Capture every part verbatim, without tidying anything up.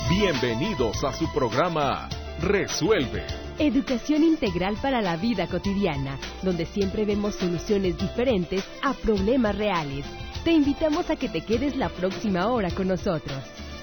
Bienvenidos a su programa Resuelve. Educación integral para la vida cotidiana, donde siempre vemos soluciones diferentes a problemas reales. Te invitamos a que te quedes la próxima hora con nosotros.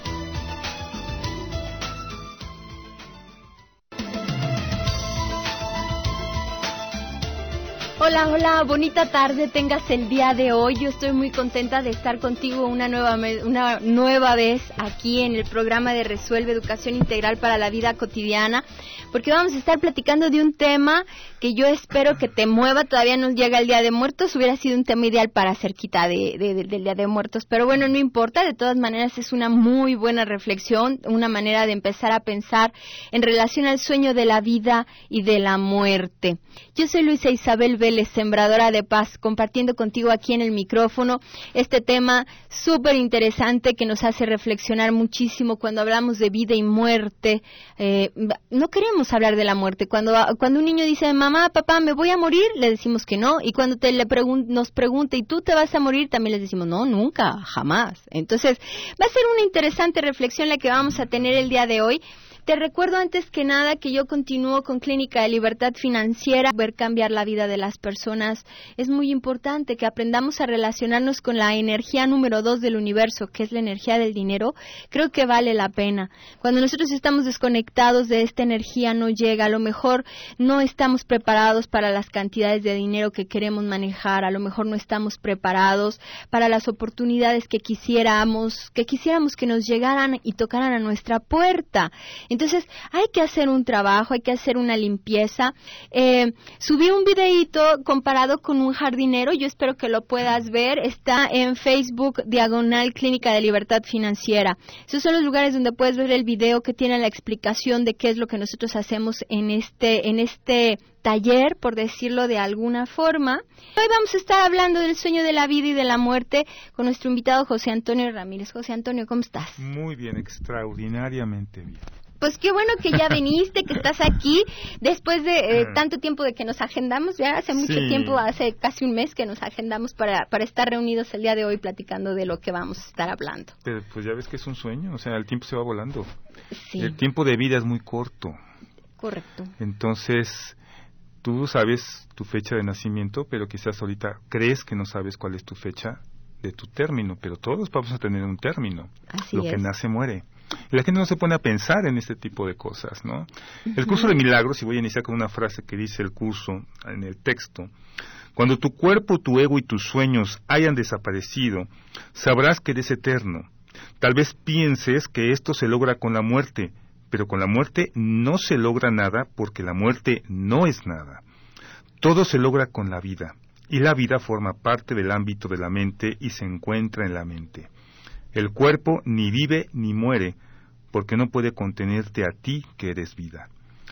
Hola, hola, bonita tarde tengas el día de hoy. Yo estoy muy contenta de estar contigo una nueva, una nueva vez aquí en el programa de Resuelve Educación Integral para la Vida Cotidiana, porque vamos a estar platicando de un tema que yo espero que te mueva. Todavía no llega el Día de Muertos, hubiera sido un tema ideal para cerquita de, de, de, del Día de Muertos, pero bueno, no importa, de todas maneras es una muy buena reflexión, una manera de empezar a pensar en relación al sueño de la vida y de la muerte. Yo soy Luisa Isabel Vélez, sembradora de paz, compartiendo contigo aquí en el micrófono este tema súper interesante que nos hace reflexionar muchísimo cuando hablamos de vida y muerte. Eh, no queremos hablar de la muerte. Cuando, cuando un niño dice, mamá, papá, ¿me voy a morir?, le decimos que no. Y cuando te le pregun- nos pregunta, ¿y tú te vas a morir?, también les decimos, no, nunca, jamás. Entonces, va a ser una interesante reflexión la que vamos a tener el día de hoy. Te recuerdo antes que nada que yo continúo con Clínica de Libertad Financiera. Ver cambiar la vida de las personas es muy importante, que aprendamos a relacionarnos con la energía número dos del universo, que es la energía del dinero. Creo que vale la pena. Cuando nosotros estamos desconectados de esta energía no llega, a lo mejor no estamos preparados para las cantidades de dinero que queremos manejar, a lo mejor no estamos preparados para las oportunidades que quisiéramos, que quisiéramos que nos llegaran y tocaran a nuestra puerta. Entonces, hay que hacer un trabajo, hay que hacer una limpieza. Eh, subí un videíto comparado con un jardinero, yo espero que lo puedas ver. Está en Facebook, diagonal Clínica de Libertad Financiera. Esos son los lugares donde puedes ver el video que tiene la explicación de qué es lo que nosotros hacemos en este, en este taller, por decirlo de alguna forma. Hoy vamos a estar hablando del sueño de la vida y de la muerte con nuestro invitado José Antonio Ramírez. José Antonio, ¿cómo estás? Muy bien, extraordinariamente bien. Pues qué bueno que ya viniste, que estás aquí, después de eh, tanto tiempo de que nos agendamos, ya hace mucho sí. tiempo, hace casi un mes que nos agendamos para, para estar reunidos el día de hoy platicando de lo que vamos a estar hablando. Pero pues ya ves que es un sueño, o sea, el tiempo se va volando. Sí. El tiempo de vida es muy corto. Correcto. Entonces, tú sabes tu fecha de nacimiento, pero quizás ahorita crees que no sabes cuál es tu fecha de tu término, pero todos vamos a tener un término. Así Lo es. que nace muere. Y la gente no se pone a pensar en este tipo de cosas, ¿no? Uh-huh. El curso de milagros, y voy a iniciar con una frase que dice el curso en el texto: cuando tu cuerpo, tu ego y tus sueños hayan desaparecido, sabrás que eres eterno. Tal vez pienses que esto se logra con la muerte, pero con la muerte no se logra nada, porque la muerte no es nada. Todo se logra con la vida, y la vida forma parte del ámbito de la mente y se encuentra en la mente. El cuerpo ni vive ni muere, porque no puede contenerte a ti que eres vida.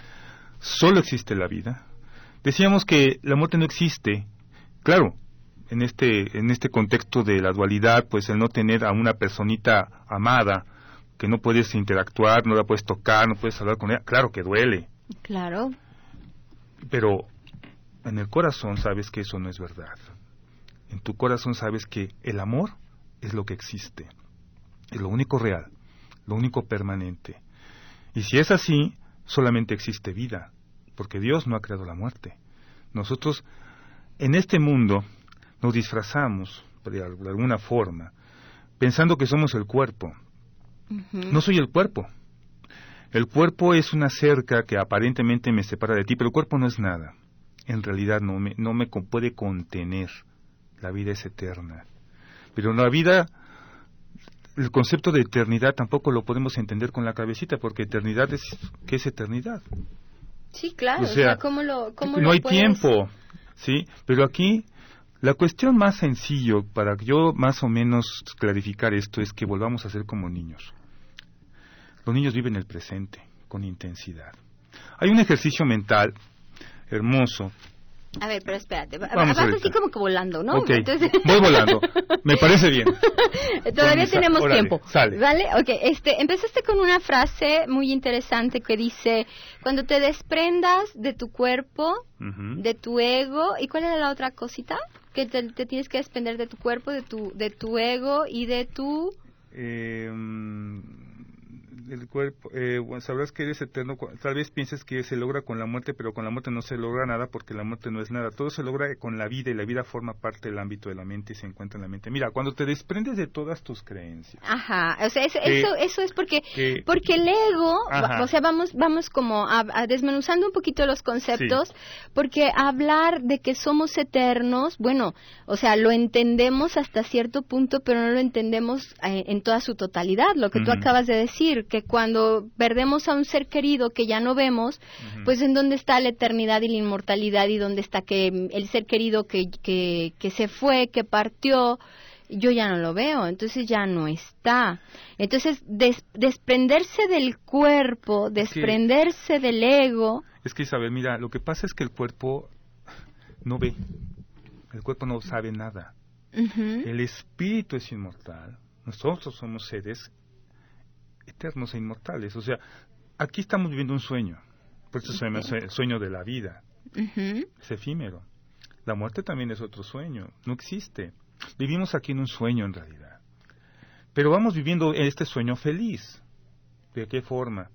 Solo existe la vida. Decíamos que la muerte no existe. Claro, en este, en este contexto de la dualidad, pues el no tener a una personita amada, que no puedes interactuar, no la puedes tocar, no puedes hablar con ella, claro que duele. Claro. Pero en el corazón sabes que eso no es verdad. En tu corazón sabes que el amor es lo que existe. Es lo único real, lo único permanente. Y si es así, solamente existe vida, porque Dios no ha creado la muerte. Nosotros, en este mundo, nos disfrazamos, de alguna forma, pensando que somos el cuerpo. Uh-huh. No soy el cuerpo. El cuerpo es una cerca que aparentemente me separa de ti, pero el cuerpo no es nada. En realidad no me, no me puede contener. La vida es eterna. Pero la vida... El concepto de eternidad tampoco lo podemos entender con la cabecita, porque eternidad es, ¿qué es eternidad? Sí, claro, o sea, o sea ¿cómo lo, cómo no lo hay puedes... tiempo, ¿sí? Pero aquí, la cuestión más sencillo, para yo más o menos clarificar esto, es que volvamos a ser como niños. Los niños viven el presente, con intensidad. Hay un ejercicio mental hermoso. A ver, pero espérate, Vamos vas así como que volando, ¿no? Okay. Entonces... voy volando, me parece bien. Todavía tenemos órale, tiempo. Sale. ¿Vale? Ok, este, empezaste con una frase muy interesante que dice, cuando te desprendas de tu cuerpo, uh-huh. de tu ego, ¿y cuál era la otra cosita? Que te, te tienes que desprender de tu cuerpo, de tu, de tu ego y de tu... Eh, cuerpo, eh, bueno, sabrás que eres eterno, tal vez pienses que se logra con la muerte, pero con la muerte no se logra nada porque la muerte no es nada, todo se logra con la vida y la vida forma parte del ámbito de la mente y se encuentra en la mente. Mira, cuando te desprendes de todas tus creencias. Ajá, o sea, eso, que, eso, eso es porque, que, porque el ego, ajá. o sea, vamos, vamos como a, a desmenuzando un poquito los conceptos, sí. Porque hablar de que somos eternos, bueno, o sea, lo entendemos hasta cierto punto, pero no lo entendemos eh, en toda su totalidad, lo que uh-huh. tú acabas de decir, que cuando perdemos a un ser querido que ya no vemos, uh-huh. pues en dónde está la eternidad y la inmortalidad y dónde está que el ser querido que, que, que se fue, que partió, yo ya no lo veo, entonces ya no está. Entonces, des, desprenderse del cuerpo, desprenderse es que, del ego... Es que, Isabel, mira, lo que pasa es que el cuerpo no ve, el cuerpo no sabe nada. Uh-huh. El espíritu es inmortal, nosotros somos seres eternos e inmortales. O sea, aquí estamos viviendo un sueño, por eso se llama el sueño de la vida. Uh-huh. Es efímero. La muerte también es otro sueño, no existe. Vivimos aquí en un sueño en realidad. Pero vamos viviendo este sueño feliz. ¿De qué forma?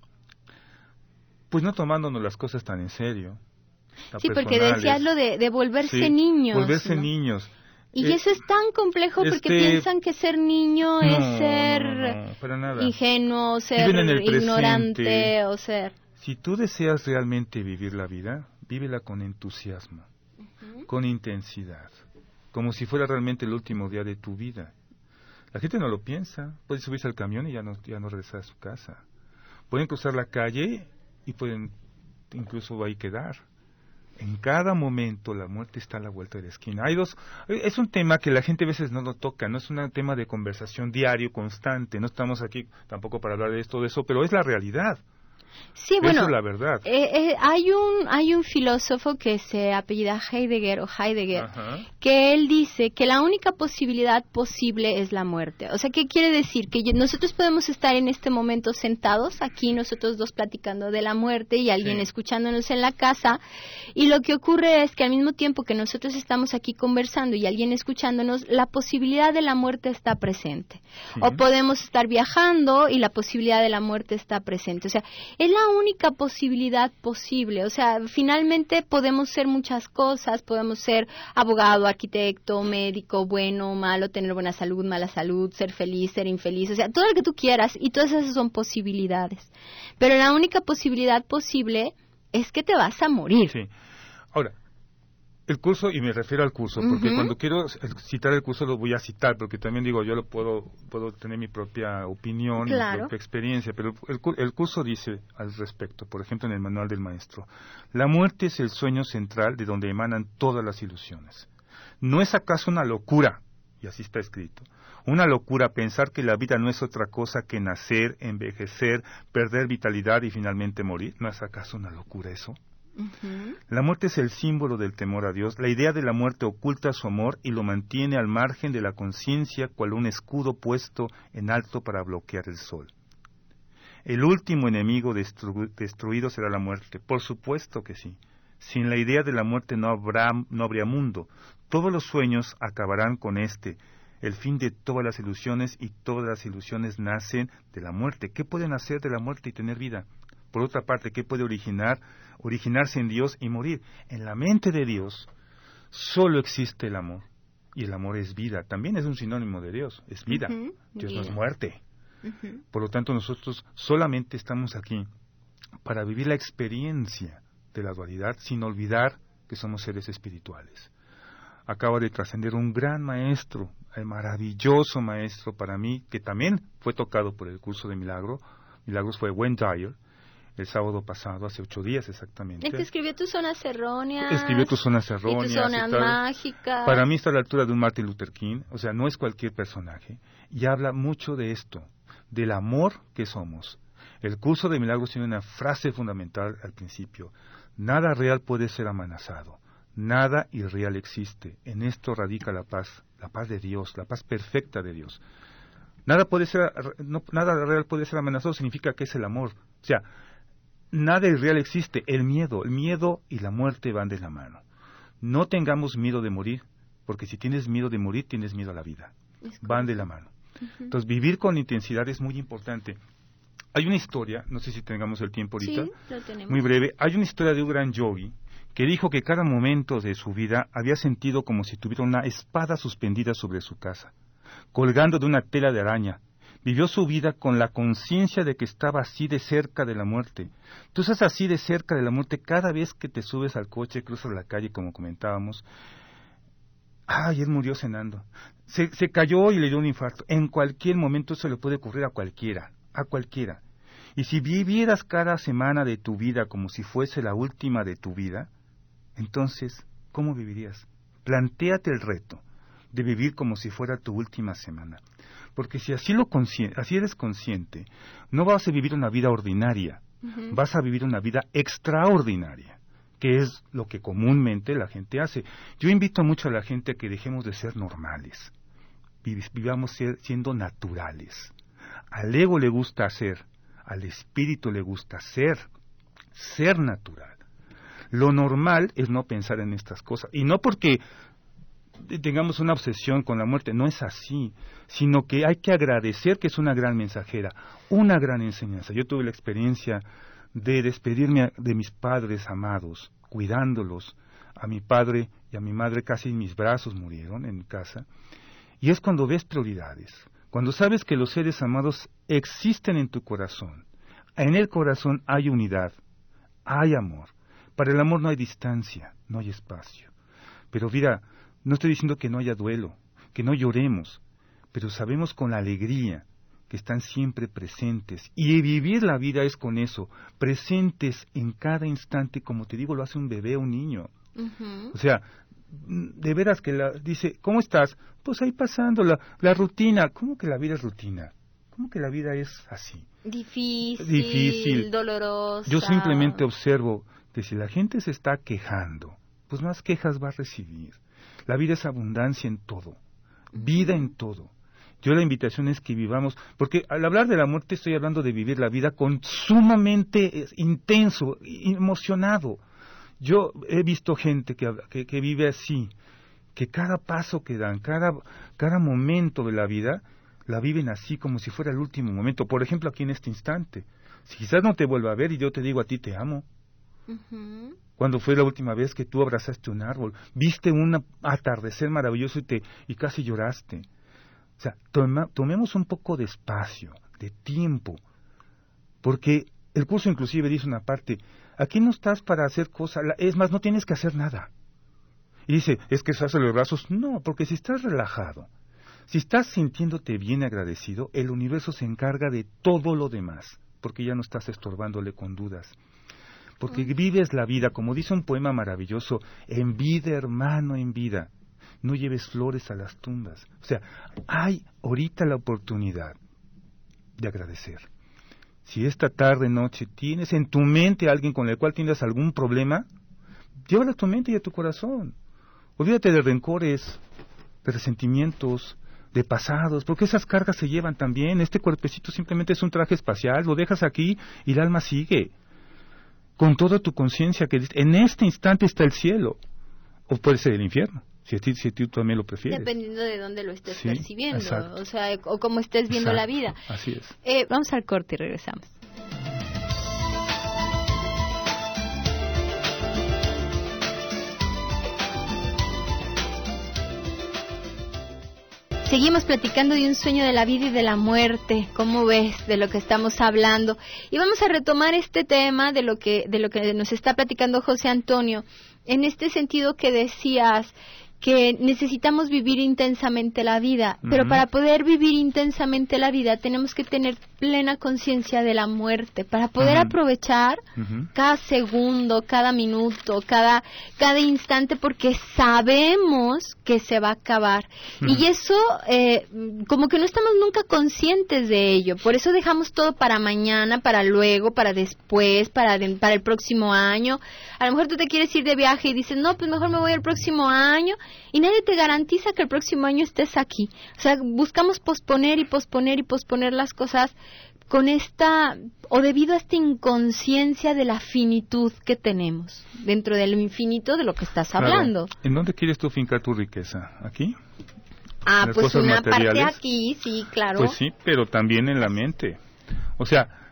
Pues no tomándonos las cosas tan en serio. Sí, porque decías lo de, de volverse sí, niños. Volverse ¿no? niños. Y eh, eso es tan complejo porque este, piensan que ser niño no, es ser no, no, para nada. ingenuo, ser ignorante presente. O ser... Si tú deseas realmente vivir la vida, vívela con entusiasmo, uh-huh. con intensidad, como si fuera realmente el último día de tu vida. La gente no lo piensa, puede subirse al camión y ya no, ya no regresar a su casa. Pueden cruzar la calle y pueden incluso ahí quedar. En cada momento la muerte está a la vuelta de la esquina. Hay dos, es un tema que la gente a veces no lo toca, no es un tema de conversación diario, constante, no estamos aquí tampoco para hablar de esto o de eso, pero es la realidad. Sí, bueno, eso es la verdad. Eh, eh, hay un hay un filósofo que se apellida Heidegger o Heidegger, Ajá. que él dice que la única posibilidad posible es la muerte. O sea, ¿qué quiere decir? Que nosotros podemos estar en este momento sentados aquí, nosotros dos platicando de la muerte y alguien sí. escuchándonos en la casa, y lo que ocurre es que al mismo tiempo que nosotros estamos aquí conversando y alguien escuchándonos, la posibilidad de la muerte está presente. Sí. O podemos estar viajando y la posibilidad de la muerte está presente. O sea, es la única posibilidad posible. O sea, finalmente podemos ser muchas cosas, podemos ser abogado, arquitecto, médico, bueno, malo, tener buena salud, mala salud, ser feliz, ser infeliz, o sea, todo lo que tú quieras, y todas esas son posibilidades. Pero la única posibilidad posible es que te vas a morir. Sí. Ahora, el curso, y me refiero al curso, porque uh-huh. cuando quiero citar el curso lo voy a citar, porque también digo, yo lo puedo puedo tener mi propia opinión, claro. mi propia experiencia, pero el, el curso dice al respecto, por ejemplo en el manual del maestro, la muerte es el sueño central de donde emanan todas las ilusiones. ¿No es acaso una locura, y así está escrito, una locura pensar que la vida no es otra cosa que nacer, envejecer, perder vitalidad y finalmente morir? ¿No es acaso una locura eso? Uh-huh. La muerte es el símbolo del temor a Dios. La idea de la muerte oculta su amor y lo mantiene al margen de la conciencia, cual un escudo puesto en alto para bloquear el sol. El último enemigo destru- destruido será la muerte. Por supuesto que sí. Sin la idea de la muerte no habrá, no habría mundo. Todos los sueños acabarán con este, el fin de todas las ilusiones, y todas las ilusiones nacen de la muerte. ¿Qué pueden hacer de la muerte y tener vida? Por otra parte, ¿qué puede originar? Originarse en Dios y morir. En la mente de Dios solo existe el amor. Y el amor es vida. También es un sinónimo de Dios. Es vida. Uh-huh. Dios yeah. no es muerte. Uh-huh. Por lo tanto, nosotros solamente estamos aquí para vivir la experiencia de la dualidad sin olvidar que somos seres espirituales. Acaba de trascender un gran maestro, el maravilloso maestro para mí, que también fue tocado por el curso de Milagro. Milagros fue Wayne Dyer. El sábado pasado, hace ocho días exactamente. El que escribió Tus Zonas Erróneas. Escribió Tus Zonas Erróneas. Y Tus Zonas Mágicas. Para mí está a la altura de un Martin Luther King, o sea, no es cualquier personaje. Y habla mucho de esto, del amor que somos. El curso de Milagros tiene una frase fundamental al principio. Nada real puede ser amenazado. Nada irreal existe. En esto radica la paz, la paz de Dios, la paz perfecta de Dios. Nada puede ser, no, nada real puede ser amenazado, significa que es el amor. O sea, nada irreal existe, el miedo, el miedo y la muerte van de la mano. No tengamos miedo de morir, porque si tienes miedo de morir, tienes miedo a la vida. Van de la mano. Uh-huh. Entonces, vivir con intensidad es muy importante. Hay una historia, no sé si tengamos el tiempo ahorita, sí, lo tenemos. Muy breve. Hay una historia de un gran yogi que dijo que cada momento de su vida había sentido como si tuviera una espada suspendida sobre su casa, colgando de una tela de araña. Vivió su vida con la conciencia de que estaba así de cerca de la muerte. Tú estás así de cerca de la muerte cada vez que te subes al coche, cruzas la calle, como comentábamos. Ah, ayer murió cenando. Se, se cayó y le dio un infarto. En cualquier momento eso le puede ocurrir a cualquiera, a cualquiera. Y si vivieras cada semana de tu vida como si fuese la última de tu vida, entonces, ¿cómo vivirías? Plantéate el reto de vivir como si fuera tu última semana. Porque si así, lo consci- así eres consciente, no vas a vivir una vida ordinaria, uh-huh. vas a vivir una vida extraordinaria, que es lo que comúnmente la gente hace. Yo invito mucho a la gente a que dejemos de ser normales, vivamos ser, siendo naturales. Al ego le gusta hacer, al espíritu le gusta ser, ser natural. Lo normal es no pensar en estas cosas, y no porque tengamos una obsesión con la muerte, no es así, sino que hay que agradecer que es una gran mensajera, una gran enseñanza. Yo tuve la experiencia de despedirme de mis padres amados, cuidándolos. A mi padre y a mi madre casi en mis brazos murieron en mi casa, y es cuando ves prioridades, cuando sabes que los seres amados existen en tu corazón. En el corazón hay unidad, hay amor. Para el amor no hay distancia, no hay espacio. Pero mira, no estoy diciendo que no haya duelo, que no lloremos, pero sabemos con la alegría que están siempre presentes. Y vivir la vida es con eso, presentes en cada instante, como te digo, lo hace un bebé o un niño. Uh-huh. O sea, de veras que la, dice, ¿cómo estás? Pues ahí pasando la, la rutina. ¿Cómo que la vida es rutina? ¿Cómo que la vida es así? Difícil, Difícil, dolorosa. Yo simplemente observo que si la gente se está quejando, pues más quejas va a recibir. La vida es abundancia en todo, vida en todo. Yo la invitación es que vivamos, porque al hablar de la muerte estoy hablando de vivir la vida con sumamente intenso, emocionado. Yo he visto gente que, que, que vive así, que cada paso que dan, cada, cada momento de la vida, la viven así como si fuera el último momento. Por ejemplo, aquí en este instante, si quizás no te vuelva a ver y yo te digo a ti te amo. Uh-huh. ¿Cuándo fue la última vez que tú abrazaste un árbol? Viste un atardecer maravilloso y, te, y casi lloraste. O sea, toma, tomemos un poco de espacio, de tiempo, porque el curso inclusive dice una parte, aquí no estás para hacer cosas, es más, no tienes que hacer nada. Y dice, es que se hace los brazos. No, porque si estás relajado, si estás sintiéndote bien agradecido, el universo se encarga de todo lo demás, porque ya no estás estorbándole con dudas. Porque vives la vida, como dice un poema maravilloso, en vida, hermano, en vida. No lleves flores a las tumbas. O sea, hay ahorita la oportunidad de agradecer. Si esta tarde, noche, tienes en tu mente a alguien con el cual tienes algún problema, llévalo a tu mente y a tu corazón. Olvídate de rencores, de resentimientos, de pasados, porque esas cargas se llevan también. Este cuerpecito simplemente es un traje espacial, lo dejas aquí y el alma sigue. Con toda tu conciencia que en este instante está el cielo, o puede ser el infierno, si a ti, si a ti tú también lo prefieres. Dependiendo de dónde lo estés sí, percibiendo, exacto. o sea, o cómo estés viendo exacto, la vida. Así es. Eh, vamos al corte y regresamos. Seguimos platicando de un sueño de la vida y de la muerte. ¿Cómo ves de lo que estamos hablando? Y vamos a retomar este tema de lo que de lo que nos está platicando José Antonio, en este sentido que decías que necesitamos vivir intensamente la vida, uh-huh. pero para poder vivir intensamente la vida tenemos que tener plena conciencia de la muerte, para poder uh-huh. aprovechar uh-huh. cada segundo, cada minuto, cada, cada instante, porque sabemos que se va a acabar. Uh-huh. Y eso, eh, como que no estamos nunca conscientes de ello, por eso dejamos todo para mañana, para luego, para después, para, de, para el próximo año. A lo mejor tú te quieres ir de viaje y dices, no, pues mejor me voy el próximo año, y nadie te garantiza que el próximo año estés aquí. O sea, buscamos posponer y posponer y posponer las cosas con esta, o debido a esta inconsciencia de la finitud que tenemos, dentro del infinito de lo que estás hablando. Claro. ¿En dónde quieres tú fincar tu riqueza? ¿Aquí? Ah, pues una materiales? Parte aquí, sí, claro. Pues sí, pero también en la mente. O sea,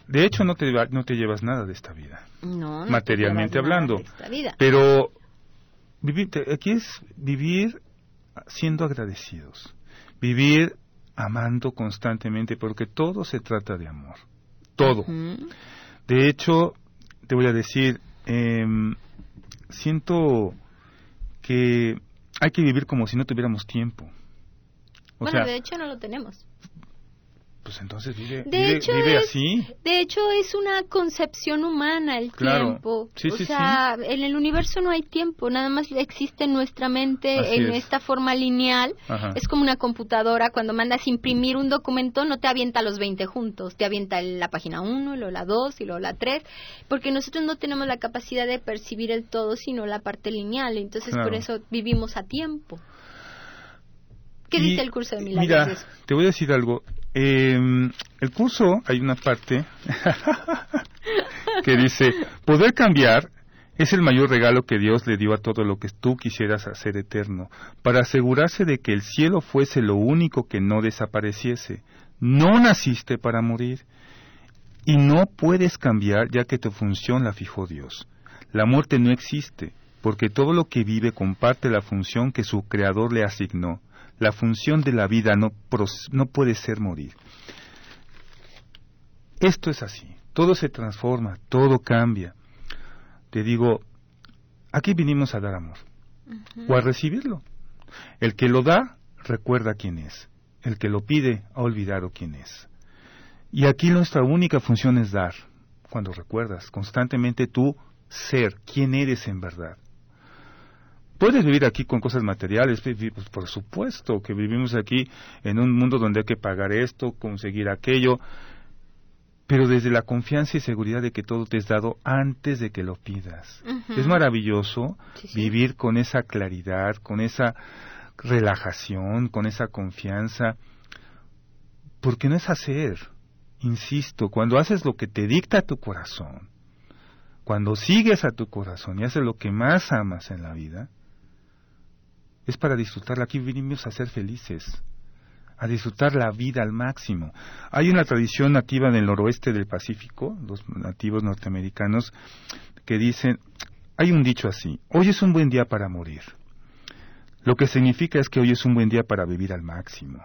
de hecho no te, no te llevas nada de esta vida, no, no materialmente hablando, de esta vida. Pero vivir, aquí es vivir siendo agradecidos, vivir amando constantemente, porque todo se trata de amor, todo. Uh-huh. De hecho, te voy a decir, eh, siento que hay que vivir como si no tuviéramos tiempo. O bueno, sea, de hecho no lo tenemos. Pues entonces vive, de vive, hecho vive es, así. De hecho es una concepción humana el claro. tiempo. Sí, o sí, sea, sí. en el universo no hay tiempo, nada más existe en nuestra mente así en es. esta forma lineal. Ajá. Es como una computadora, cuando mandas imprimir un documento no te avienta los veinte juntos, te avienta la página uno, y luego la dos y luego la tres, porque nosotros no tenemos la capacidad de percibir el todo, sino la parte lineal, entonces claro. por eso vivimos a tiempo. ¿Qué y, dice el curso de milagros? Mira, te voy a decir algo. Eh, el curso, hay una parte que dice, poder cambiar es el mayor regalo que Dios le dio a todo lo que tú quisieras hacer eterno, para asegurarse de que el cielo fuese lo único que no desapareciese. No naciste para morir, y no puedes cambiar ya que tu función la fijó Dios. La muerte no existe, porque todo lo que vive comparte la función que su Creador le asignó. La función de la vida no, no puede ser morir. Esto es así. Todo se transforma, todo cambia. Te digo, aquí vinimos a dar amor, uh-huh. o a recibirlo. El que lo da, recuerda quién es. El que lo pide, ha olvidado quién es. Y aquí nuestra única función es dar. Cuando recuerdas constantemente tú ser, quién eres en verdad. Puedes vivir aquí con cosas materiales, pues por supuesto que vivimos aquí en un mundo donde hay que pagar esto, conseguir aquello, pero desde la confianza y seguridad de que todo te es dado antes de que lo pidas. Uh-huh. Es maravilloso sí, sí. vivir con esa claridad, con esa relajación, con esa confianza, porque no es hacer, insisto, cuando haces lo que te dicta tu corazón, cuando sigues a tu corazón y haces lo que más amas en la vida, es para disfrutarla. Aquí vinimos a ser felices, a disfrutar la vida al máximo. Hay una tradición nativa en el noroeste del Pacífico, los nativos norteamericanos, que dicen, hay un dicho así, hoy es un buen día para morir. Lo que significa es que hoy es un buen día para vivir al máximo.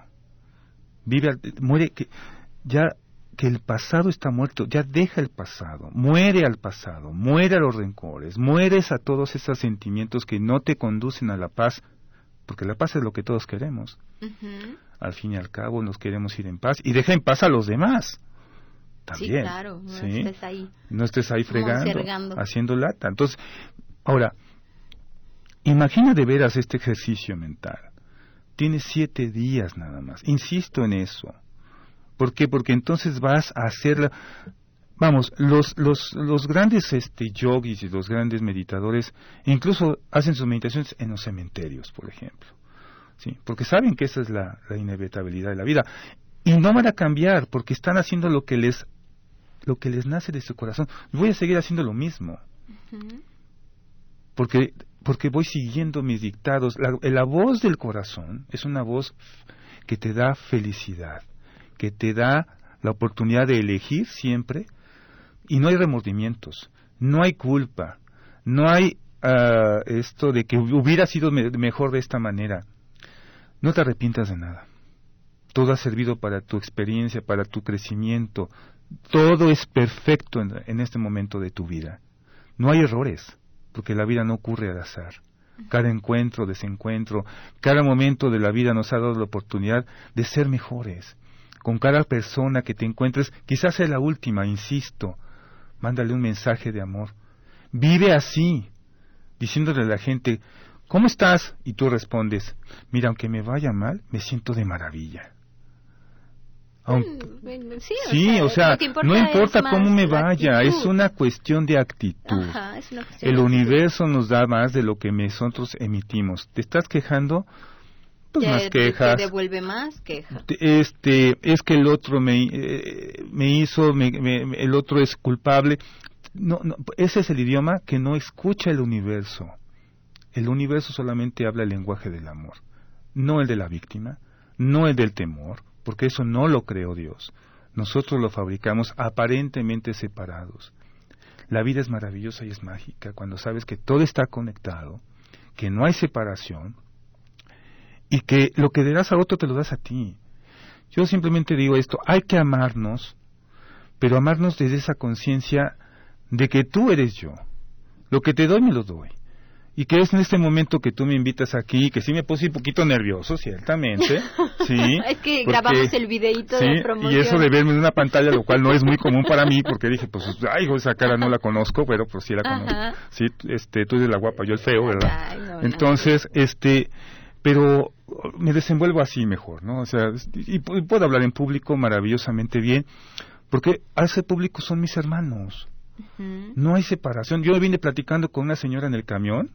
Vive, muere, que ya que el pasado está muerto, ya deja el pasado, muere al pasado, muere a los rencores, mueres a todos esos sentimientos que no te conducen a la paz, porque la paz es lo que todos queremos. Uh-huh. Al fin y al cabo nos queremos ir en paz y deja en paz a los demás también. Sí, claro, no ¿sí? estés ahí. No estés ahí fregando, monsergando. Haciendo lata. Entonces, ahora, imagina de veras este ejercicio mental. Tienes siete días nada más. Insisto en eso. ¿Por qué? Porque entonces vas a hacerla. Vamos, los los los grandes este yogis y los grandes meditadores incluso hacen sus meditaciones en los cementerios, por ejemplo, sí, porque saben que esa es la, la inevitabilidad de la vida y no van a cambiar porque están haciendo lo que les lo que les nace de su corazón. Voy a seguir haciendo lo mismo, uh-huh. porque porque voy siguiendo mis dictados. La, la voz del corazón es una voz que te da felicidad, que te da la oportunidad de elegir siempre. Y no hay remordimientos, no hay culpa, no hay uh, esto de que hubiera sido me- mejor de esta manera. No te arrepientas de nada. Todo ha servido para tu experiencia, para tu crecimiento. Todo es perfecto en, en este momento de tu vida. No hay errores, porque la vida no ocurre al azar. Cada encuentro, desencuentro, cada momento de la vida nos ha dado la oportunidad de ser mejores. Con cada persona que te encuentres, quizás sea la última, insisto, mándale un mensaje de amor. Vive así, diciéndole a la gente, ¿cómo estás? Y tú respondes, mira, aunque me vaya mal, me siento de maravilla. Aunque, mm, sí, sí, o sea, o sea importa no importa cómo me vaya, actitud. Es una cuestión de actitud. Ajá, es una cuestión El de universo actitud. Nos da más de lo que nosotros emitimos. ¿Te estás quejando? Pues más quejas. Te devuelve más quejas. Este, es que el otro me, eh, me hizo, me, me, el otro es culpable. No, no, ese es el idioma que no escucha el universo. El universo solamente habla el lenguaje del amor, no el de la víctima, no el del temor, porque eso no lo creó Dios. nosotros lo fabricamos aparentemente separados. La vida es maravillosa y es mágica cuando sabes que todo está conectado, que no hay separación y que lo que le das a otro te lo das a ti. Yo simplemente digo esto, hay que amarnos, pero amarnos desde esa conciencia de que tú eres yo. Lo que te doy me lo doy. Y que es en este momento que tú me invitas aquí, que sí me puse un poquito nervioso, ciertamente. Sí. Es que porque, grabamos el videíto sí, de promoción. Y eso de verme en una pantalla, lo cual no es muy común para mí, porque dije, pues, ay, esa cara no la conozco, pero pues sí la conozco. Ajá. Sí, este, tú eres la guapa, yo el feo, ¿verdad? Ay, no, Entonces, no. este, pero me desenvuelvo así mejor, ¿no? O sea, y puedo hablar en público maravillosamente bien, porque a ese público son mis hermanos. Uh-huh. No hay separación. Yo vine platicando con una señora en el camión,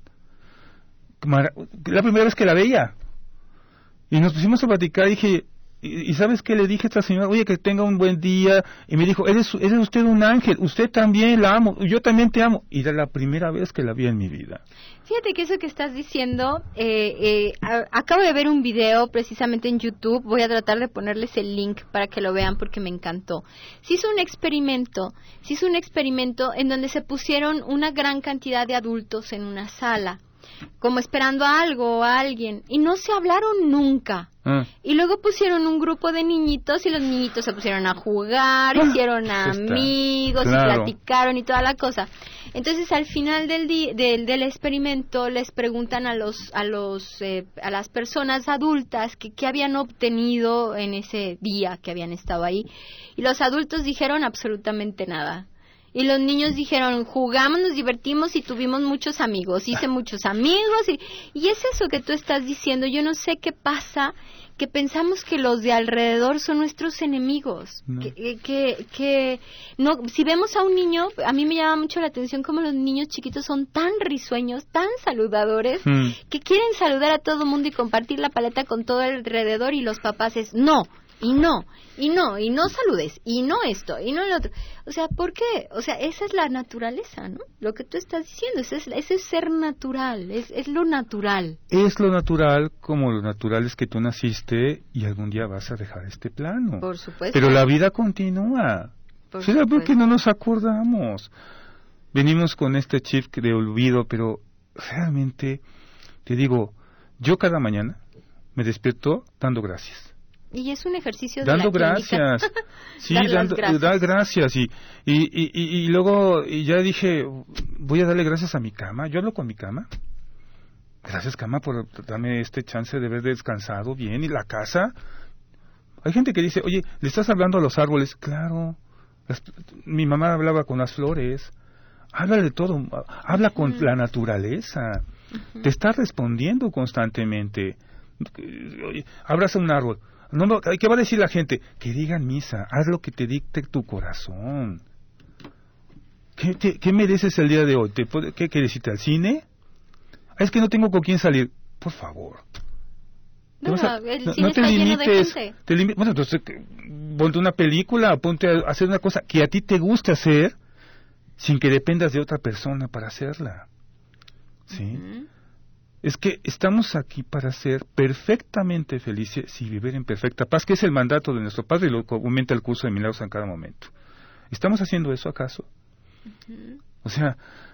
la primera vez que la veía, y nos pusimos a platicar y dije, ¿y, y sabes qué le dije a esta señora? Oye, que tenga un buen día. Y me dijo, eres, eres usted un ángel, usted también la amo, yo también te amo. Y era la primera vez que la vi en mi vida. Fíjate que eso que estás diciendo, eh, eh, a, acabo de ver un video precisamente en YouTube, voy a tratar de ponerles el link para que lo vean porque me encantó. Se hizo un experimento, se hizo un experimento en donde se pusieron una gran cantidad de adultos en una sala, como esperando a algo o a alguien, y no se hablaron nunca. Ah. Y luego pusieron un grupo de niñitos y los niñitos se pusieron a jugar, ah, hicieron amigos, claro, y platicaron y toda la cosa. Entonces al final del, di- del, del experimento les preguntan a los a los eh, a las personas adultas que qué habían obtenido en ese día que habían estado ahí, y los adultos dijeron absolutamente nada. Y los niños dijeron, jugamos, nos divertimos y tuvimos muchos amigos, hice muchos amigos. Y, y es eso que tú estás diciendo. Yo no sé qué pasa, que pensamos que los de alrededor son nuestros enemigos. No. Que, que, que no, si vemos a un niño, a mí me llama mucho la atención cómo los niños chiquitos son tan risueños, tan saludadores, hmm. que quieren saludar a todo el mundo y compartir la paleta con todo el alrededor, y los papás es, no. Y no, y no, y no saludes, y no esto, y no lo otro. O sea, ¿por qué? O sea, esa es la naturaleza, ¿no? Lo que tú estás diciendo, ese es, ese es ser natural, es, es lo natural. Es lo natural, como lo natural es que tú naciste y algún día vas a dejar este plano. Por supuesto. Pero la vida continúa. Por ¿Sí? ¿Por qué no nos acordamos? Venimos con este chip de olvido, pero realmente, te digo, yo cada mañana me despierto dando gracias. Y es un ejercicio de dando la gracias, sí, dando gracias. Dar gracias y y, y y y luego y ya dije, voy a darle gracias a mi cama. Yo hablo con mi cama. Gracias, cama, por darme este chance de haber descansado bien. Y la casa. Hay gente que dice, oye, ¿le estás hablando a los árboles? Claro. Las, mi mamá hablaba con las flores. Habla de todo. Habla con uh-huh. la naturaleza. Uh-huh. Te está respondiendo constantemente. Oye, abraza un árbol. No, no, ¿qué va a decir la gente? Que digan misa, haz lo que te dicte tu corazón. ¿Qué, te, qué mereces el día de hoy? ¿Te puede, ¿Qué quieres irte al cine? Es que no tengo con quién salir. Por favor. No, a, el no, cine no te está limites. Lleno de gente. Te limi- bueno, entonces, ponte una película, ponte a hacer una cosa que a ti te guste hacer, sin que dependas de otra persona para hacerla. ¿Sí? Uh-huh. Es que estamos aquí para ser perfectamente felices y vivir en perfecta paz, que es el mandato de nuestro Padre y lo comenta el curso de milagros en cada momento. ¿Estamos haciendo eso acaso? Uh-huh. O sea,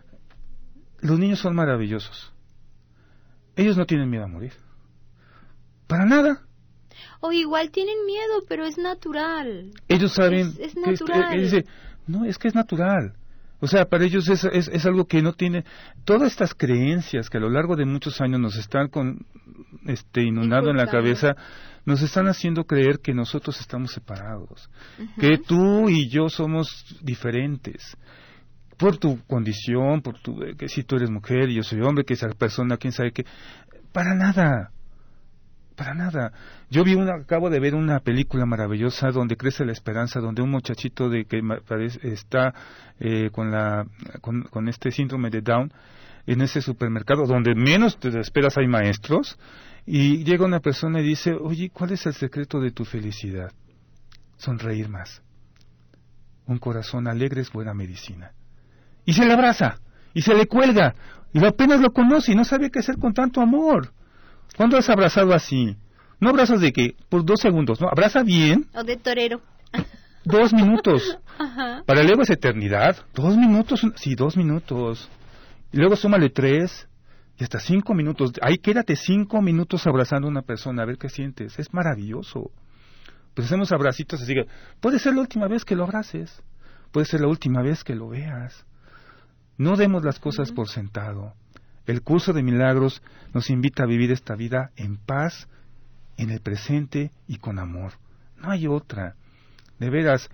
los niños son maravillosos. Ellos no tienen miedo a morir. Para nada. O igual tienen miedo, pero es natural. Ellos saben... Es, es natural. Que es, eh, dice, no, es que es natural. O sea, para ellos es, es, es algo que no tiene... Todas estas creencias que a lo largo de muchos años nos están con, este, inundando en la cabeza, nos están haciendo creer que nosotros estamos separados. Uh-huh. Que tú y yo somos diferentes. Por tu condición, por tu... que si tú eres mujer y yo soy hombre, que esa persona, quién sabe qué... Para nada. Para nada. Yo vi una, acabo de ver una película maravillosa donde crece la esperanza, donde un muchachito de que parece, está eh, con la con, con este síndrome de Down en ese supermercado donde menos te esperas hay maestros, y llega una persona y dice, oye, ¿cuál es el secreto de tu felicidad? Sonreír más. Un corazón alegre es buena medicina. Y se le abraza y se le cuelga y apenas lo conoce y no sabe qué hacer con tanto amor. ¿Cuándo has abrazado así? No abrazas de que por dos segundos, no, abraza bien. O de torero. Dos minutos. Ajá. Para el ego es eternidad. Dos minutos, sí, dos minutos. Y luego súmale tres y hasta cinco minutos. Ahí quédate cinco minutos abrazando a una persona, a ver qué sientes. Es maravilloso. Pues hacemos abracitos así que puede ser la última vez que lo abraces, puede ser la última vez que lo veas. No demos las cosas por sentado. El curso de milagros nos invita a vivir esta vida en paz, en el presente y con amor. No hay otra. De veras,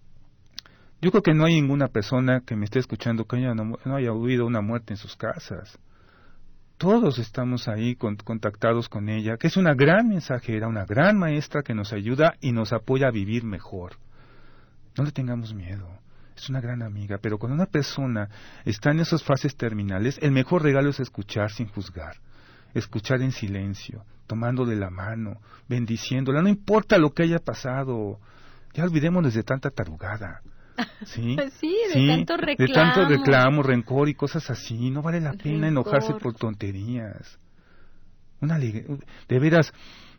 yo creo que no hay ninguna persona que me esté escuchando que haya no, no haya habido una muerte en sus casas. Todos estamos ahí con, contactados con ella, que es una gran mensajera, una gran maestra que nos ayuda y nos apoya a vivir mejor. No le tengamos miedo, es una gran amiga, pero cuando una persona está en esas fases terminales, el mejor regalo es escuchar sin juzgar, escuchar en silencio, tomándole la mano, bendiciéndola, no importa lo que haya pasado, ya olvidémonos de tanta tarugada. ¿Sí? Sí, de sí, tanto reclamo. de tanto reclamo, rencor y cosas así. No vale la pena Rencor. enojarse por tonterías. Una alegría, de veras,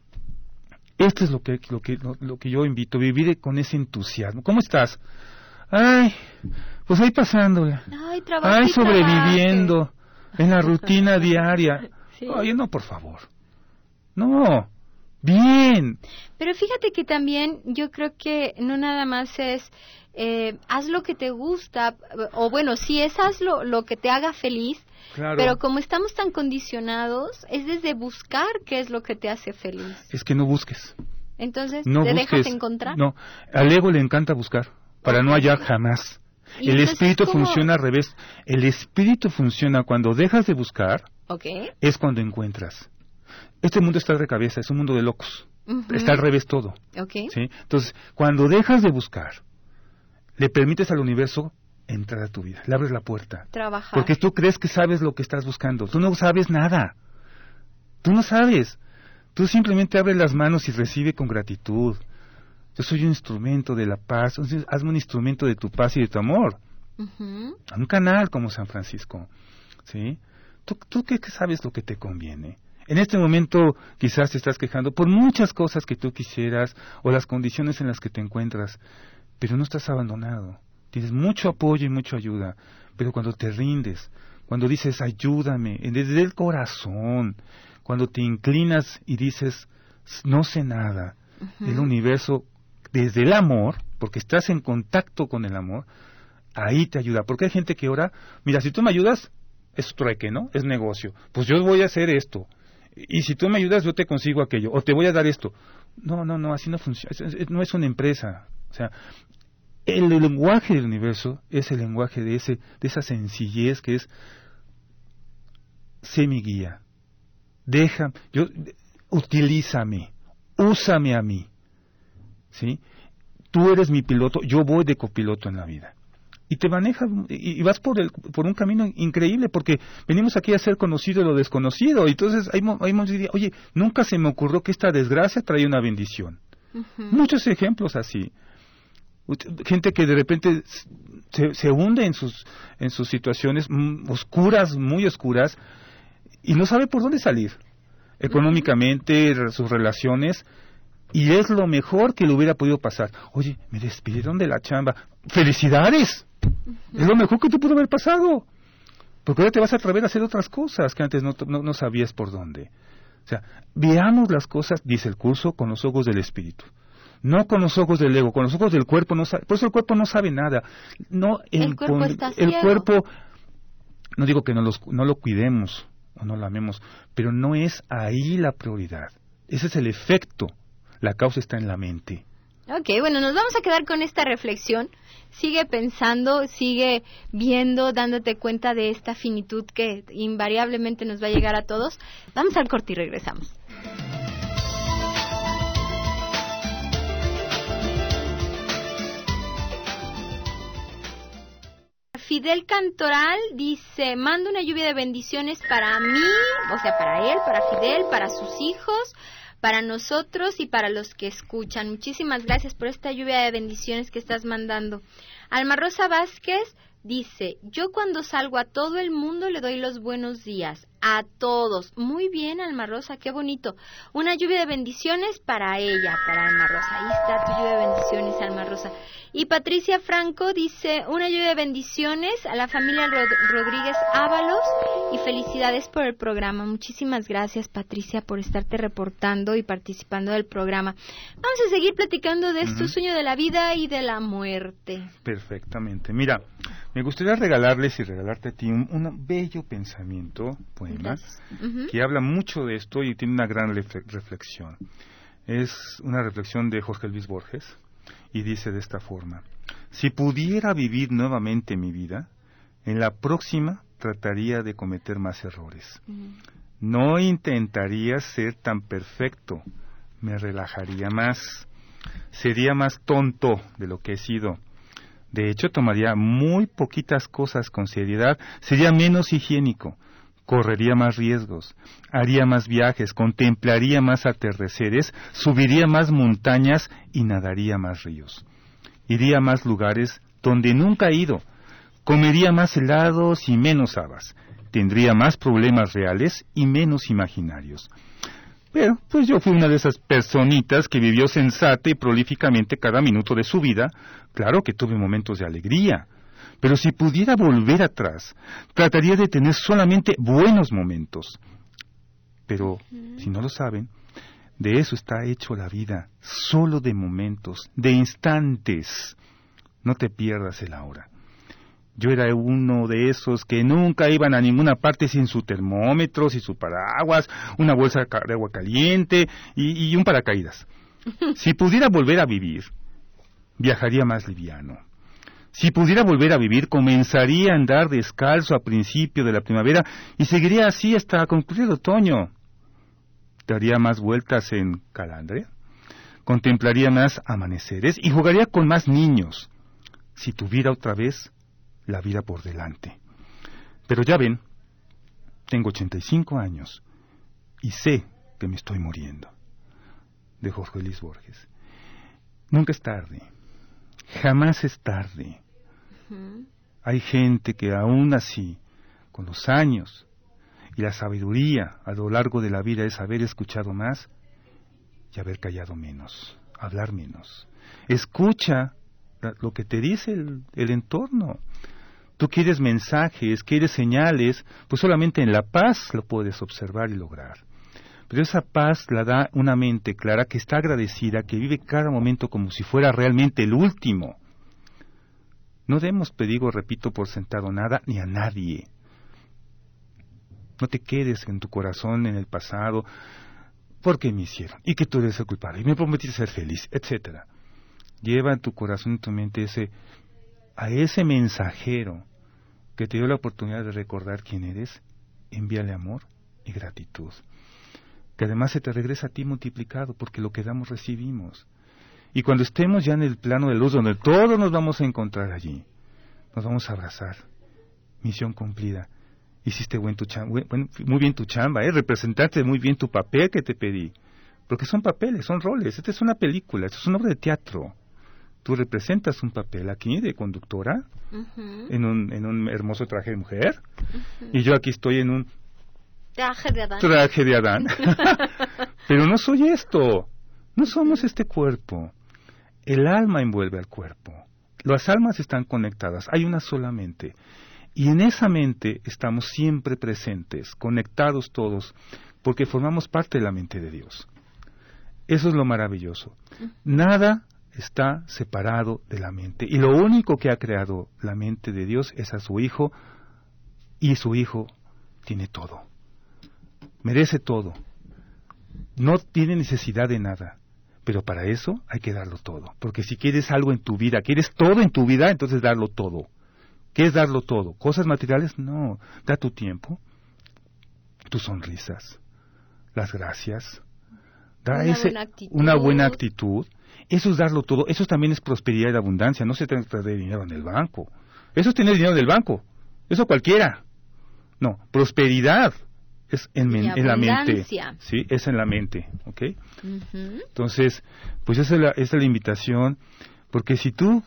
esto es lo que lo que lo, lo que yo invito, vivir con ese entusiasmo. ¿Cómo estás? Ay, pues ahí pasándola. Ay, trabajo Ay, y sobreviviendo en la rutina diaria. Sí. Oye, no, por favor. No. Bien. Pero fíjate que también yo creo que no nada más es eh, haz lo que te gusta, o bueno, sí es haz lo, lo que te haga feliz, Claro. pero como estamos tan condicionados, es desde buscar qué es lo que te hace feliz. Es que no busques. Entonces, No ¿te busques. dejas encontrar? No, al ego le encanta buscar, para no hallar jamás. Y El entonces, espíritu ¿cómo? funciona al revés. El espíritu funciona cuando dejas de buscar, Ok. es cuando encuentras. Este mundo está de cabeza, es un mundo de locos. Ujú. Está al revés todo. Ok. ¿Sí? Entonces, cuando dejas de buscar, le permites al universo entrar a tu vida, le abres la puerta. Trabajar. Porque tú crees que sabes lo que estás buscando. Tú no sabes nada. Tú no sabes. Tú simplemente abres las manos y recibe con gratitud. Yo soy un instrumento de la paz. Entonces, hazme un instrumento de tu paz y de tu amor. Ujú. Un canal como San Francisco. ¿Sí? ¿Tú, tú qué, qué sabes lo que te conviene? En este momento quizás te estás quejando por muchas cosas que tú quisieras o las condiciones en las que te encuentras, pero no estás abandonado. Tienes mucho apoyo y mucha ayuda, pero cuando te rindes, cuando dices ayúdame, desde el corazón, cuando te inclinas y dices no sé nada, Ujú. el universo desde el amor, porque estás en contacto con el amor, ahí te ayuda. Porque hay gente que ora, mira, si tú me ayudas, es trueque, ¿no? Es negocio. Pues yo voy a hacer esto. Y si tú me ayudas, yo te consigo aquello. O te voy a dar esto. No, no, no, así no funciona. Es- es- no es una empresa. O sea, el, el lenguaje del universo es el lenguaje de ese de esa sencillez que es sé mi guía. Deja, yo, utilízame. Úsame a mí. ¿Sí? Tú eres mi piloto, yo voy de copiloto en la vida. Y te manejas, y, y vas por el, por un camino increíble, porque venimos aquí a ser conocido lo desconocido. Y entonces hay, mo- hay momentos que diría, oye, nunca se me ocurrió que esta desgracia traía una bendición. Ujú. Muchos ejemplos así. Ut- Gente que de repente se, se hunde en sus, en sus situaciones mm, oscuras, muy oscuras, y no sabe por dónde salir. Económicamente, re- sus relaciones, y es lo mejor que le hubiera podido pasar. Oye, me despidieron de la chamba. ¡Felicidades! Es lo mejor que te pudo haber pasado. Porque ahora te vas a atrever a hacer otras cosas que antes no, no, no sabías por dónde. O sea, veamos las cosas, dice el curso, con los ojos del espíritu. No con los ojos del ego, con los ojos del cuerpo no sabe. Por eso el cuerpo no sabe nada. No, El cuerpo con- está el ciego. cuerpo, no digo que no, los, no lo cuidemos o no lo amemos, pero no es ahí la prioridad. Ese es el efecto. La causa está en la mente. Ok, bueno, nos vamos a quedar con esta reflexión. Sigue pensando, sigue viendo, dándote cuenta de esta finitud que invariablemente nos va a llegar a todos. Vamos al corte y regresamos. Fidel Cantoral dice, mando una lluvia de bendiciones para mí, o sea, para él, para Fidel, para sus hijos, para nosotros y para los que escuchan. Muchísimas gracias por esta lluvia de bendiciones que estás mandando. Alma Rosa Vázquez dice, yo cuando salgo a todo el mundo le doy los buenos días. a todos. Muy bien, Alma Rosa, qué bonito. Una lluvia de bendiciones para ella, para Alma Rosa. Ahí está tu lluvia de bendiciones, Alma Rosa. Y Patricia Franco dice, una lluvia de bendiciones a la familia Rod- Rodríguez Ábalos y felicidades por el programa. Muchísimas gracias, Patricia, por estarte reportando y participando del programa. Vamos a seguir platicando de este uh-huh. sueño de la vida y de la muerte. Perfectamente. Mira, me gustaría regalarles y regalarte a ti un, un bello pensamiento, poema, uh-huh. que habla mucho de esto y tiene una gran refle- reflexión. Es una reflexión de Jorge Luis Borges. Y dice de esta forma: si pudiera vivir nuevamente mi vida, en la próxima trataría de cometer más errores. Mm. No intentaría ser tan perfecto, me relajaría más, sería más tonto de lo que he sido. De hecho, tomaría muy poquitas cosas con seriedad, sería menos higiénico, correría más riesgos, haría más viajes, contemplaría más atardeceres, subiría más montañas y nadaría más ríos. Iría a más lugares donde nunca he ido, comería más helados y menos habas, tendría más problemas reales y menos imaginarios. Pero, pues yo fui una de esas personitas que vivió sensata y prolíficamente cada minuto de su vida. Claro que tuve momentos de alegría, pero si pudiera volver atrás, trataría de tener solamente buenos momentos. Pero, uh-huh. si no lo saben, de eso está hecho la vida, solo de momentos, de instantes. No te pierdas el ahora. Yo era uno de esos que nunca iban a ninguna parte sin su termómetro, sin su paraguas, una bolsa de agua caliente y, y un paracaídas. Si pudiera volver a vivir, viajaría más liviano. Si pudiera volver a vivir, comenzaría a andar descalzo a principio de la primavera y seguiría así hasta concluir el otoño. Daría más vueltas en calandria, contemplaría más amaneceres y jugaría con más niños, si tuviera otra vez la vida por delante. Pero ya ven, tengo ochenta y cinco años y sé que me estoy muriendo. De Jorge Luis Borges. Nunca es tarde. Jamás es tarde. Uh-huh. Hay gente que aún así, con los años y la sabiduría a lo largo de la vida, es haber escuchado más y haber callado menos, hablar menos. Escucha lo que te dice el, el entorno. Tú quieres mensajes, quieres señales, pues solamente en la paz lo puedes observar y lograr. Pero esa paz la da una mente clara que está agradecida, que vive cada momento como si fuera realmente el último. No demos, te digo, repito, por sentado nada ni a nadie. No te quedes en tu corazón en el pasado, porque me hicieron, y que tú eres el culpable, y me prometiste ser feliz, etcétera. Lleva en tu corazón, en tu mente, ese, a ese mensajero que te dio la oportunidad de recordar quién eres, envíale amor y gratitud. Que además se te regresa a ti multiplicado, porque lo que damos recibimos. Y cuando estemos ya en el plano de luz, donde todos nos vamos a encontrar allí, nos vamos a abrazar. Misión cumplida. Hiciste buen tu chamba, buen, muy bien tu chamba, ¿eh? Representaste muy bien tu papel que te pedí. Porque son papeles, son roles. Esta es una película, esto es una obra de teatro. Tú representas un papel aquí de conductora, uh-huh. en, un, en un hermoso traje de mujer, uh-huh. y yo aquí estoy en un traje de Adán. Traje de Adán. Pero no soy esto. No somos este cuerpo. El alma envuelve al cuerpo. Las almas están conectadas. Hay una sola mente. Y en esa mente estamos siempre presentes, conectados todos, porque formamos parte de la mente de Dios. Eso es lo maravilloso. Nada está separado de la mente. Y lo único que ha creado la mente de Dios es a su Hijo, y su Hijo tiene todo. Merece todo. No tiene necesidad de nada. Pero para eso hay que darlo todo. Porque si quieres algo en tu vida, quieres todo en tu vida, entonces darlo todo. ¿Qué es darlo todo? ¿Cosas materiales? No. Da tu tiempo, tus sonrisas, las gracias. Da una, ese, buena una buena actitud. Eso es darlo todo. Eso también es prosperidad y abundancia. No se trata de dinero en el banco. Eso es tener dinero en el banco. Eso cualquiera. No, prosperidad es en, men, en la mente. Sí, es en la mente. ¿Ok? Uh-huh. Entonces, pues esa es, la, esa es la invitación. Porque si tú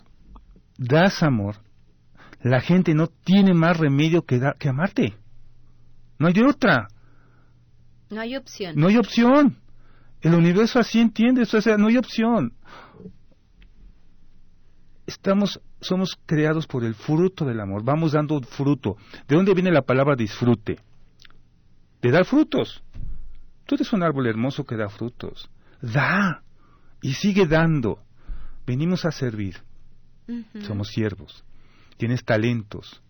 das amor, la gente no tiene más remedio que, da, que amarte. No hay de otra. No hay opción. No hay opción. El universo así entiende, o sea, no hay opción. Estamos, somos creados por el fruto del amor, vamos dando fruto. ¿De dónde viene la palabra disfrute? De dar frutos. Tú eres un árbol hermoso que da frutos. Da, y sigue dando. Venimos a servir. Uh-huh. Somos siervos. Tienes talentos.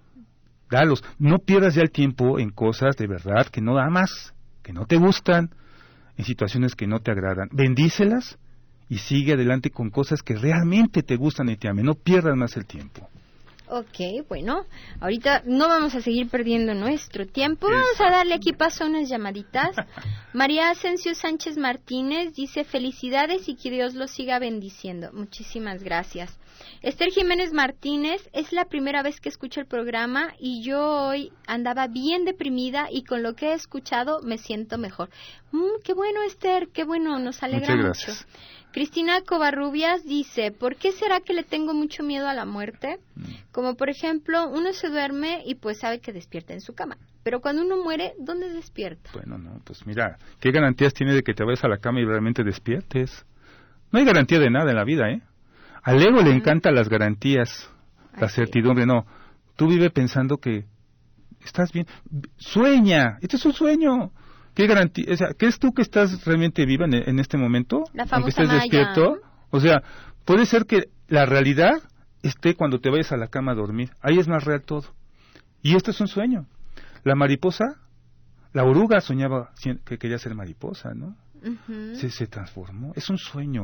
Dalos. No pierdas ya el tiempo en cosas de verdad que no amas, que no te gustan, en situaciones que no te agradan. Bendícelas y sigue adelante con cosas que realmente te gustan y te amen. No pierdas más el tiempo. Ok, bueno, ahorita no vamos a seguir perdiendo nuestro tiempo. Vamos a darle aquí paso a unas llamaditas. María Asensio Sánchez Martínez dice felicidades y que Dios los siga bendiciendo. Muchísimas gracias. Esther Jiménez Martínez, es la primera vez que escucho el programa y yo hoy andaba bien deprimida y con lo que he escuchado me siento mejor. Mm, qué bueno, Esther, qué bueno, nos alegra mucho. Cristina Covarrubias dice, ¿por qué será que le tengo mucho miedo a la muerte? Como por ejemplo, uno se duerme y pues sabe que despierta en su cama. Pero cuando uno muere, ¿dónde despierta? Bueno, no, pues mira, ¿qué garantías tiene de que te vayas a la cama y realmente despiertes? No hay garantía de nada en la vida, ¿eh? Al ego le encantan las garantías, la Así certidumbre, no. Tú vive pensando que estás bien. Sueña, este es un sueño. ¿Qué garantía? O sea, ¿crees tú que estás realmente viva en, en este momento? La aunque estés Maya. despierto. O sea, puede ser que la realidad esté cuando te vayas a la cama a dormir. Ahí es más real todo. Y esto es un sueño. La mariposa, la oruga soñaba que quería ser mariposa, ¿no? Uh-huh. Se, se transformó. Es un sueño.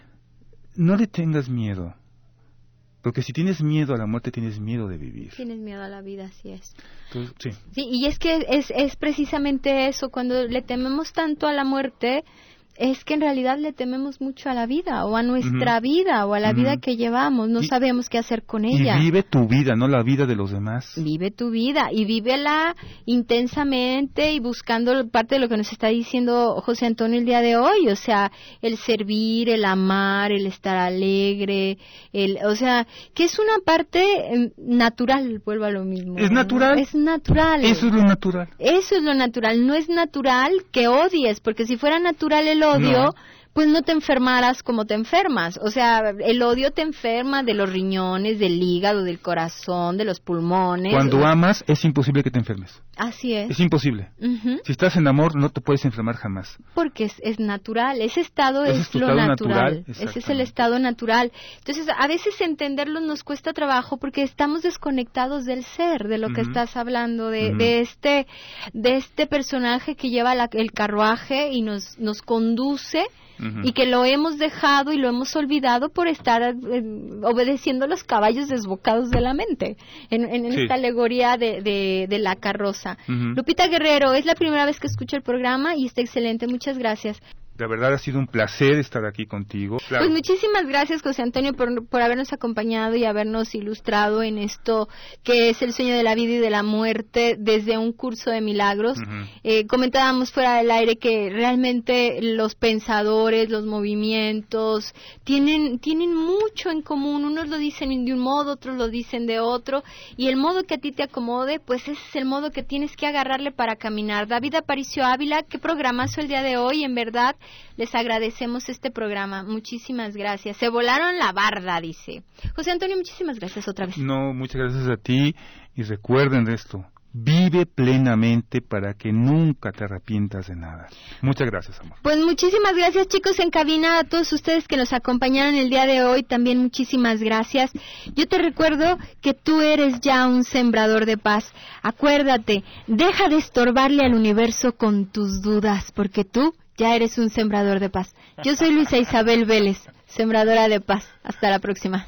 No le tengas miedo. Porque si tienes miedo a la muerte, tienes miedo de vivir. Tienes miedo a la vida, así es. Entonces, sí. Sí, y es que es, es precisamente eso, cuando le tememos tanto a la muerte, es que en realidad le tememos mucho a la vida, o a nuestra uh-huh. vida, o a la uh-huh. vida que llevamos, no y, sabemos qué hacer con ella. Y vive tu vida, no la vida de los demás. Vive tu vida, y vívela intensamente, y buscando parte de lo que nos está diciendo José Antonio el día de hoy, o sea, el servir, el amar, el estar alegre, el, o sea, que es una parte eh, natural, vuelvo a lo mismo. Es natural. ¿no? Es natural. Eso es lo natural. Eso es lo natural, no es natural que odies, porque si fuera natural el odio, no. pues no te enfermaras como te enfermas. O sea, el odio te enferma de los riñones, del hígado, del corazón, de los pulmones. Cuando o... amas, es imposible que te enfermes. Así es. Es imposible. Uh-huh. Si estás en amor, no te puedes enfermar jamás. Porque es, es natural. Ese estado Ese es, es tu lo estado natural. natural. Ese es el estado natural. Entonces, a veces entenderlo nos cuesta trabajo porque estamos desconectados del ser, de lo uh-huh. que estás hablando, de, uh-huh. de este de este personaje que lleva la, el carruaje y nos, nos conduce. Uh-huh. Y que lo hemos dejado y lo hemos olvidado por estar eh, obedeciendo los caballos desbocados de la mente en, en, en sí. esta alegoría de, de, de la carroza. Uh-huh. Lupita Guerrero, es la primera vez que escucho el programa y está excelente, muchas gracias. De verdad ha sido un placer estar aquí contigo. Claro. Pues muchísimas gracias, José Antonio, por, por habernos acompañado y habernos ilustrado en esto que es el sueño de la vida y de la muerte desde un curso de milagros. Uh-huh. Eh, comentábamos fuera del aire que realmente los pensadores, los movimientos, tienen, tienen mucho en común. Unos lo dicen de un modo, otros lo dicen de otro, y el modo que a ti te acomode, pues ese es el modo que tienes que agarrarle para caminar. David Aparicio Ávila, qué programazo el día de hoy, en verdad. Les agradecemos este programa, muchísimas gracias. Se volaron la barda, dice José Antonio, muchísimas gracias otra vez. No, muchas gracias a ti, y recuerden esto, vive plenamente para que nunca te arrepientas de nada. Muchas gracias, amor. Pues muchísimas gracias, chicos en cabina, a todos ustedes que nos acompañaron el día de hoy, también muchísimas gracias. Yo te recuerdo que tú eres ya un sembrador de paz. Acuérdate, deja de estorbarle al universo con tus dudas, porque tú ya eres un sembrador de paz. Yo soy Luisa Isabel Vélez, sembradora de paz. Hasta la próxima.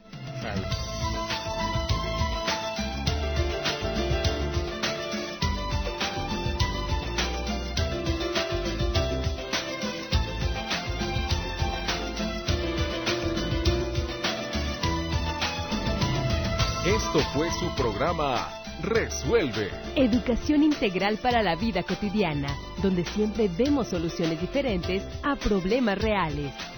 Esto fue su programa Resuelve. Educación integral para la vida cotidiana, donde siempre vemos soluciones diferentes a problemas reales.